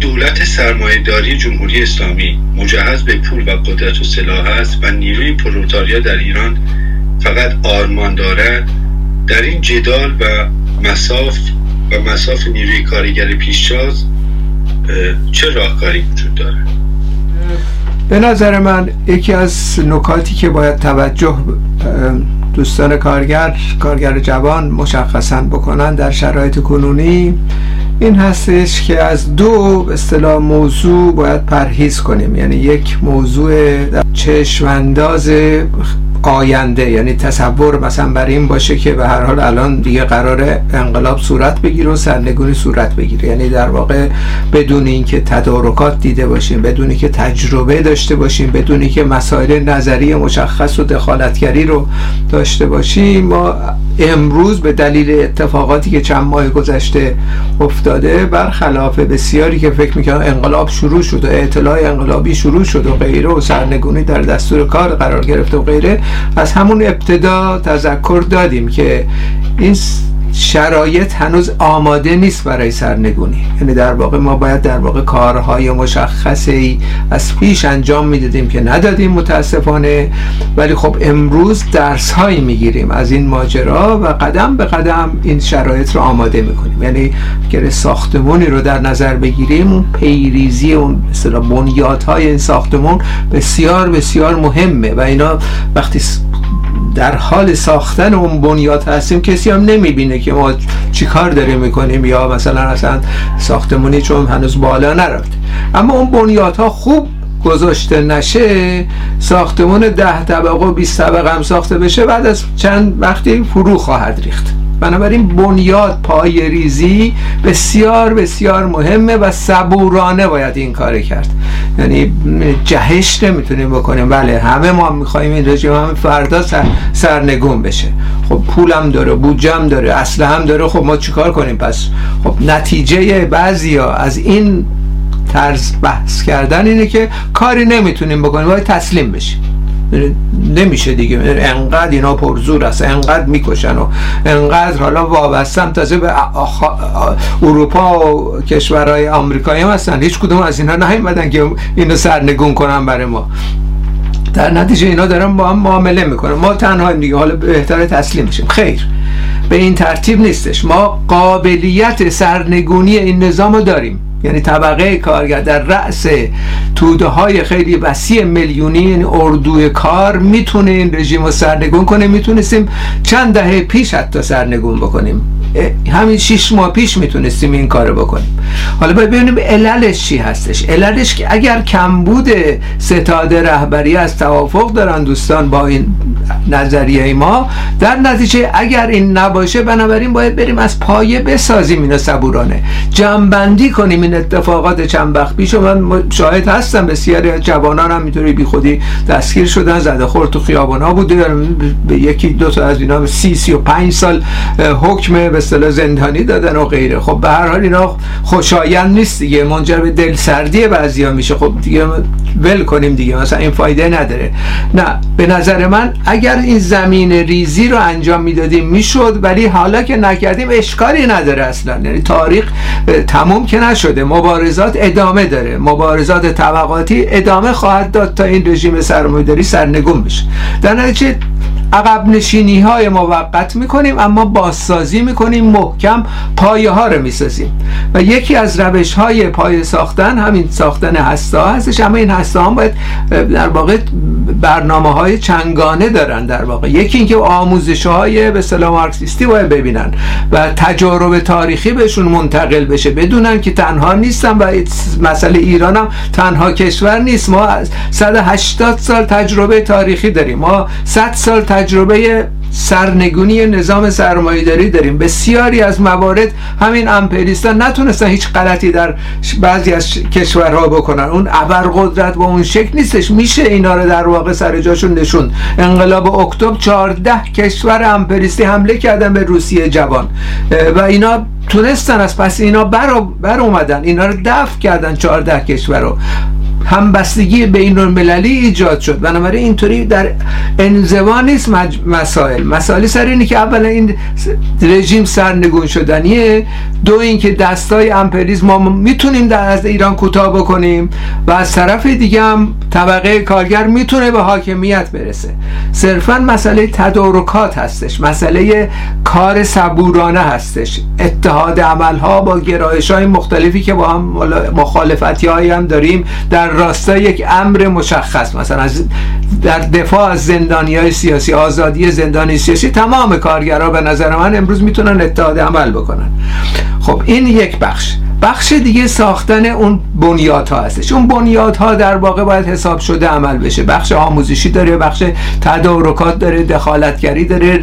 دولت سرمایه‌داری جمهوری اسلامی مجهز به پول و قدرت و سلاح است و نیروی پرولتاریا در ایران فقط آرمان دارد، در این جدال و مساف نیروی کارگر پیشتاز چه راهکاری وجود دارد؟ به نظر من یکی از نکاتی که باید توجه دوستان کارگر جوان مشخصاً بکنن در شرایط کنونی این هستش که از دو به اصطلاح موضوع باید پرهیز کنیم. یعنی یک موضوع چشم‌انداز آینده، یعنی تصور مثلا بر این باشه که به هر حال الان دیگه قراره انقلاب صورت بگیره و سرنگونی صورت بگیره، یعنی در واقع بدون اینکه تدارکات دیده باشیم، بدون اینکه تجربه داشته باشیم، بدون اینکه مسائل نظری مشخص و دخالتگری رو داشته باشیم، ما امروز به دلیل اتفاقاتی که چند ماه گذشته افتاده، برخلاف بسیاری که فکر میکنن انقلاب شروع شد و اطلاع انقلابی شروع شد و غیره و سرنگونی در دستور کار قرار گرفته و غیره، از همون ابتدا تذکر دادیم که این شرایط هنوز آماده نیست برای سرنگونی. یعنی در واقع ما باید در واقع کارهای مشخصی از پیش انجام میدادیم که ندادیم متاسفانه، ولی خب امروز درس هایی میگیریم از این ماجرا و قدم به قدم این شرایط رو آماده میکنیم. یعنی اگر ساختمونی رو در نظر بگیریم، اون پیریزی اون مثلا بنیادهای این ساختمون بسیار بسیار مهمه و اینا وقتی در حال ساختن اون بنیاد هستیم کسی هم نمیبینه که ما چی کار داریم میکنیم، یا مثلا اصلا ساختمونی چون هنوز بالا نرفته. اما اون بنیادها خوب گذاشته نشه، ساختمون 10 طبقه و 20 طبقه هم ساخته بشه، بعد از چند وقتی فرو خواهد ریخت. بنابراین بنیاد، پای ریزی بسیار بسیار مهمه و صبورانه باید این کار کرد. یعنی جهش نمیتونیم بکنیم بله همه ما میخواییم این رژیم همه فردا سرنگون بشه، خب پولم داره، بودجم داره، اسلحه هم داره، خب ما چیکار کنیم؟ پس خب نتیجه بعضیا از این طرز بحث کردن اینه که کاری نمیتونیم بکنیم، باید تسلیم بشیم. نمیشه دیگه، انقدر اینا پرزور است، انقدر میکشن و انقدر حالا وابستن تازه به اروپا و کشورهای آمریکایی هم هستن، هیچ کدوم از اینا نیومدن که اینو سرنگون کنن برای ما. در نتیجه اینا دارن با هم معامله میکنن، ما تنهاییم دیگه، حالا بهتره تسلیم بشیم. خیر، به این ترتیب نیستش. ما قابلیت سرنگونی این نظام رو داریم. یعنی طبقه کارگر در رأس توده های خیلی وسیع میلیونی، یعنی اردوی کار میتونه این رژیم رو سرنگون کنه. میتونستیم چند دهه پیش حتی سرنگون بکنیم، همین 6 ماه پیش میتونستیم این کارو بکنیم. حالا باید ببینیم عللش چی هستش. عللش که اگر کمبود ستاد رهبری از توافق دارن دوستان با این نظریه ما، در نتیجه اگر این نباشه، بنابراین باید بریم از پایه بسازیم اینو صبورانه، جمع‌بندی کنیم این اتفاقات چند وقت پیش. من شاهد هستم بسیاری از جوانان هم اینطوری بی خودی دستگیر شدن، زده خورد تو خیابونا بوده، به یکی دو تا از اینا 30-35 سال حکم به اصطلاح زندانی دادن و غیره. خب به هر حال اینا خوشایند نیست دیگه، منجر به دلسردی بعضیا میشه. خب دیگه ول کنیم دیگه، مثلا این فایده نداره. نه، به نظر من اگر این زمین ریزی رو انجام میدادیم میشد، ولی حالا که نکردیم اشکالی نداره اصلا. یعنی تاریخ تموم که نشده، مبارزات ادامه داره، مبارزات طبقاتی ادامه خواهد داد تا این رژیم سرمایه‌داری سرنگون بشه. در نتیجه عقب نشینی های موقت میکنیم، اما بازسازی میکنیم، محکم پایه ها رو میسازیم. و یکی از روش های پایه ساختن همین ساختن هسته ها هستش. اما این هسته ها باید در واقع برنامه های چنگانه دارن. در واقع یکی اینکه آموزش های به اصطلاح مارکسیستی باید ببینن و تجارب تاریخی بهشون منتقل بشه، بدونن که تنها نیستن و مسئله ایران هم تنها کشور نیست. ما 180 سال تجربه تاریخی داریم، ما 100 سال تجربه سرنگونی نظام سرمایه‌داری داریم. بسیاری از موارد همین امپریستان نتونستن هیچ غلطی در بعضی از کشورها بکنن. اون ابرقدرت با اون شکل نیستش، میشه اینا رو در واقع سر جاشون نشوند. انقلاب اکتبر 14 کشور امپریستی حمله کردن به روسیه جوان و اینا تونستن از پس اینا بر اومدن، اینا رو دفع کردن 14 کشور رو. همبستگی بین المللی ایجاد شد. بنابراین اینطوری در انزوا نیست مسائل سر اینه که اولا این رژیم سرنگون شدنیه، دو اینکه دستای امپریالیسم ما میتونیم از ایران کوتاه بکنیم و از طرف دیگه هم طبقه کارگر میتونه به حاکمیت برسه. صرفا مسئله تدارکات هستش، مسئله کار صبورانه هستش، اتحاد عملها با گرایش‌های مختلفی که با هم مخالفتی‌هایی هم داریم در راستای یک امر مشخص، مثلا در دفاع از زندانیای سیاسی، آزادی زندانی سیاسی، تمام کارگرها به نظر من امروز میتونن اتحاد عمل بکنن. خب این یک بخش دیگه ساختن اون بنیادها هستش. اون بنیادها در واقع باید حساب شده عمل بشه. بخش آموزشی داره، بخش تدارکات داره، دخالتگری داره،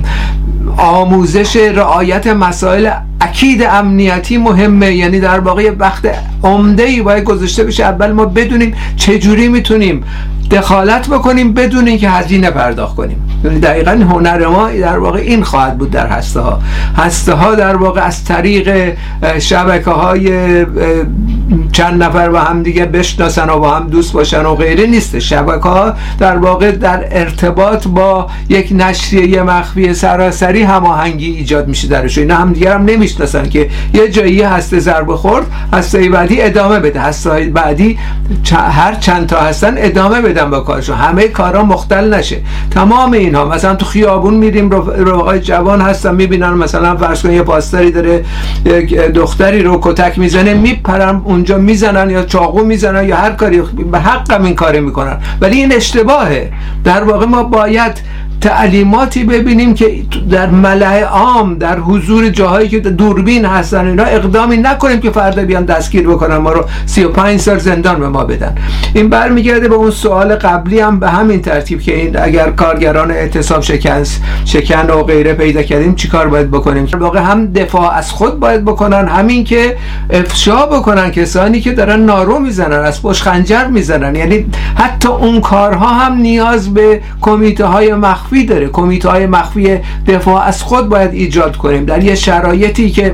آموزش رعایت مسائل اکید امنیتی مهمه. یعنی در واقع وقت عمده‌ای باید گذاشته بشه اول ما بدونیم چجوری میتونیم دخالت بکنیم بدون اینکه هزینه پرداخت کنیم. یعنی دقیقاً هنر ما در واقع این خواهد بود در هسته ها در واقع از طریق شبکه‌های چند نفر با هم دیگه بشناسن و با هم دوست باشن و غیره نیست. شبکه‌ها در واقع در ارتباط با یک نشریه مخفی سراسری هماهنگی ایجاد میشه درش. اینا هم دیگه هم نمیشناسن که یه جایی هسته ضربه خورد، هسته بعدی ادامه بده، هسته بعدی هر چند تا هستن ادامه بدن با کارشون، همه کارا مختل نشه. تمام اینها مثلا تو خیابون میریم رفقای جوان هستن میبینن مثلا فرض کن یه پاسداری داره یک دختری رو کتک میزنه، میپرن اونجا میزنن یا چاقو میزنن یا هر کاری، به حقم این کارو میکنن، ولی این اشتباهه. در واقع ما باید تعلیماتی ببینیم که در ملأ عام در حضور جاهایی که دوربین هستن اینا اقدامی نکنیم که فردا بیان دستگیر بکنن ما رو 35 سال زندان به ما بدن. این برمیگرده به اون سوال قبلی هم به همین ترتیب که این اگر کارگران اعتصاب شکن و غیره پیدا کردیم چیکار باید بکنیم. در واقع هم دفاع از خود باید بکنن، همین که افشا بکنن کسانی که دارن نارو میزنن، از پشت خنجر میزنن. یعنی حتی اون کارها هم نیاز به کمیته های مخفی داره. کمیته های مخفی دفاع از خود باید ایجاد کنیم در یه شرایطی که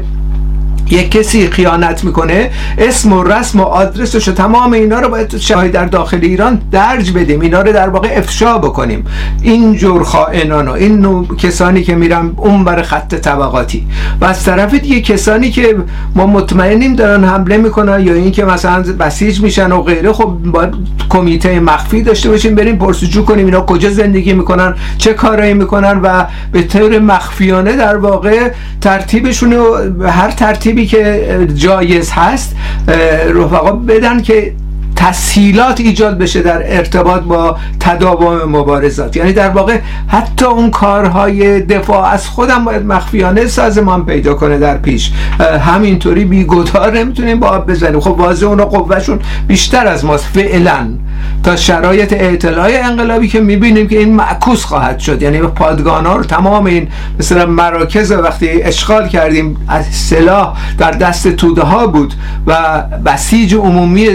یک کسی خیانت میکنه، اسم و رسم و آدرسش و تمام اینا رو باید شاهد در داخل ایران درج بدیم، اینا رو در واقع افشا بکنیم. این جور خائنان و این نوع کسانی که میرن اون بر خط طبقاتی و از طرف دیگه کسانی که ما مطمئنیم دارن حمله میکنن یا این که مثلا بسیج میشن و غیره، خب باید کمیته مخفی داشته باشیم، بریم پرسجو کنیم اینا کجا زندگی میکنن، چه کارایی میکنن و به طور مخفیانه در واقع ترتیبشون رو هر ترتیبی که جایز هست رفقا بدن که تسهیلات ایجاد بشه در ارتباط با تداوم مبارزات. یعنی در واقع حتی اون کارهای دفاع از خودم باید مخفیانه سازمان پیدا کنه در پیش. همینطوری بیگدار نمیتونیم با آب بزنیم. خب واضح اونا قوهشون بیشتر از ماست فعلا تا شرایط اعتلاعی انقلابی که میبینیم که این معکوس خواهد شد. یعنی پادگان ها رو تمام این مثلا مراکز وقتی اشغال کردیم از سلاح در دست توده ها بود و بسیج عمومی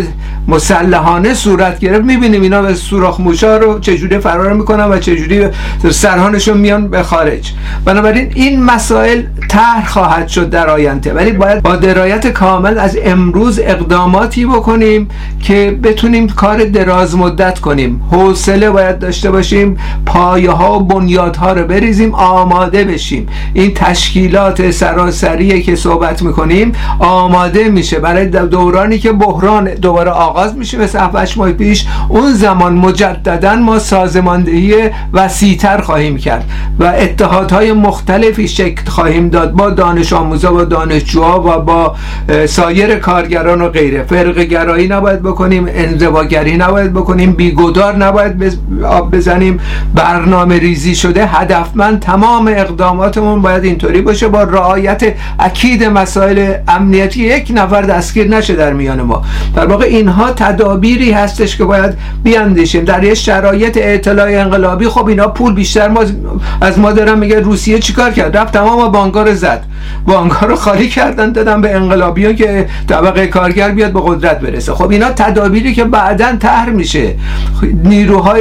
مسلحانه صورت گرفت، میبینیم اینا به سوراخ موشا رو چجوری فرار میکنن و چجوری سرهانشون میان به خارج. بنابراین این مسائل طرح خواهد شد در آینده، ولی باید با درایت کامل از امروز اقداماتی بکنیم که بتونیم کار دراز مدت کنیم. حوصله باید داشته باشیم، پایه ها و بنیادها رو بریزیم، آماده بشیم. این تشکیلات سراسری که صحبت میکنیم آماده میشه برای دورانی که بحران دوباره آغاز میشه مثل 7-8 ماه پیش. اون زمان مجددا ما سازماندهی وسیع‌تر خواهیم کرد و اتحادهای مختلفی شکل خواهیم داد با دانش آموزا و دانشجوها و با سایر کارگران و غیره. فرقه گرایی نباید بکنیم، انزواگری نباید بکنیم، بیگدار نباید آب بزنیم، برنامه ریزی شده هدفمند. تمام اقداماتمون باید اینطوری باشه با رعایت اکید مسائل امنیتی، یک نفر دستگیر نشه در میان ما. در واقع اینها تدابیری هستش که باید بیاندیشیم در یه شرایط اعتلاع انقلابی. خب اینا پول بیشتر از ما دارن. میگه روسیه چیکار کرد؟ رفت تمام بانک‌ها رو زد، بانک‌ها رو خالی کردن دادن به انقلابیون که طبقه کارگر بیاد به قدرت برسه. خب اینا تدابیری که بعداً طرح میشه، نیروهای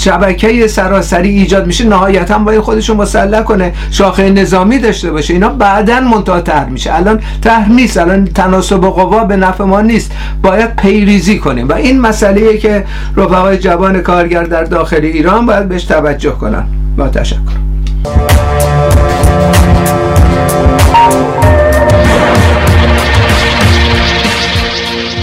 شبکه سراسری ایجاد میشه، نهایتاً باید خودشو مسلح کنه، شاخه نظامی داشته باشه. اینا بعداً منتهی طرح میشه، الان طرح نیست، الان تناسب قوا به نفع ما نیست. باید پیریزی ریزی کنیم و این مسئله‌ای که رفقای جوان کارگر در داخل ایران باید بهش توجه کنن. با تشکر.